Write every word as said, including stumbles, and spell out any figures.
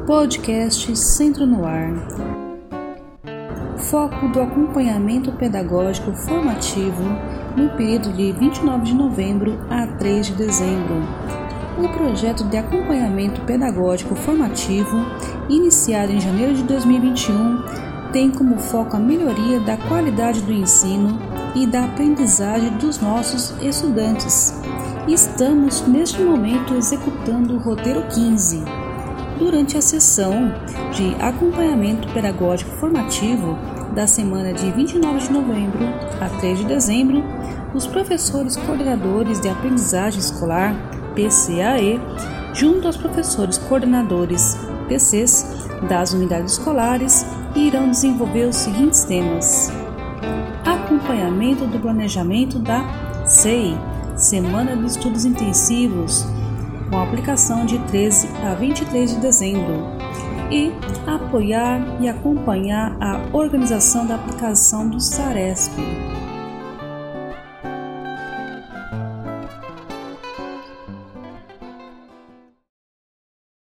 Podcast Centro no Ar. Foco do acompanhamento pedagógico formativo no período de vinte e nove de novembro a três de dezembro. O projeto de acompanhamento pedagógico formativo, iniciado em janeiro de dois mil e vinte e um, tem como foco a melhoria da qualidade do ensino e da aprendizagem dos nossos estudantes. Estamos, neste momento, executando o roteiro quinze. Durante a sessão de acompanhamento pedagógico formativo da semana de vinte e nove de novembro a três de dezembro, os professores coordenadores de aprendizagem escolar, P C A E, junto aos professores coordenadores, P Cs, das unidades escolares, irão desenvolver os seguintes temas: acompanhamento do planejamento da C E I, Semana de Estudos Intensivos, com aplicação de treze a vinte e três de dezembro, e apoiar e acompanhar a organização da aplicação do SARESP.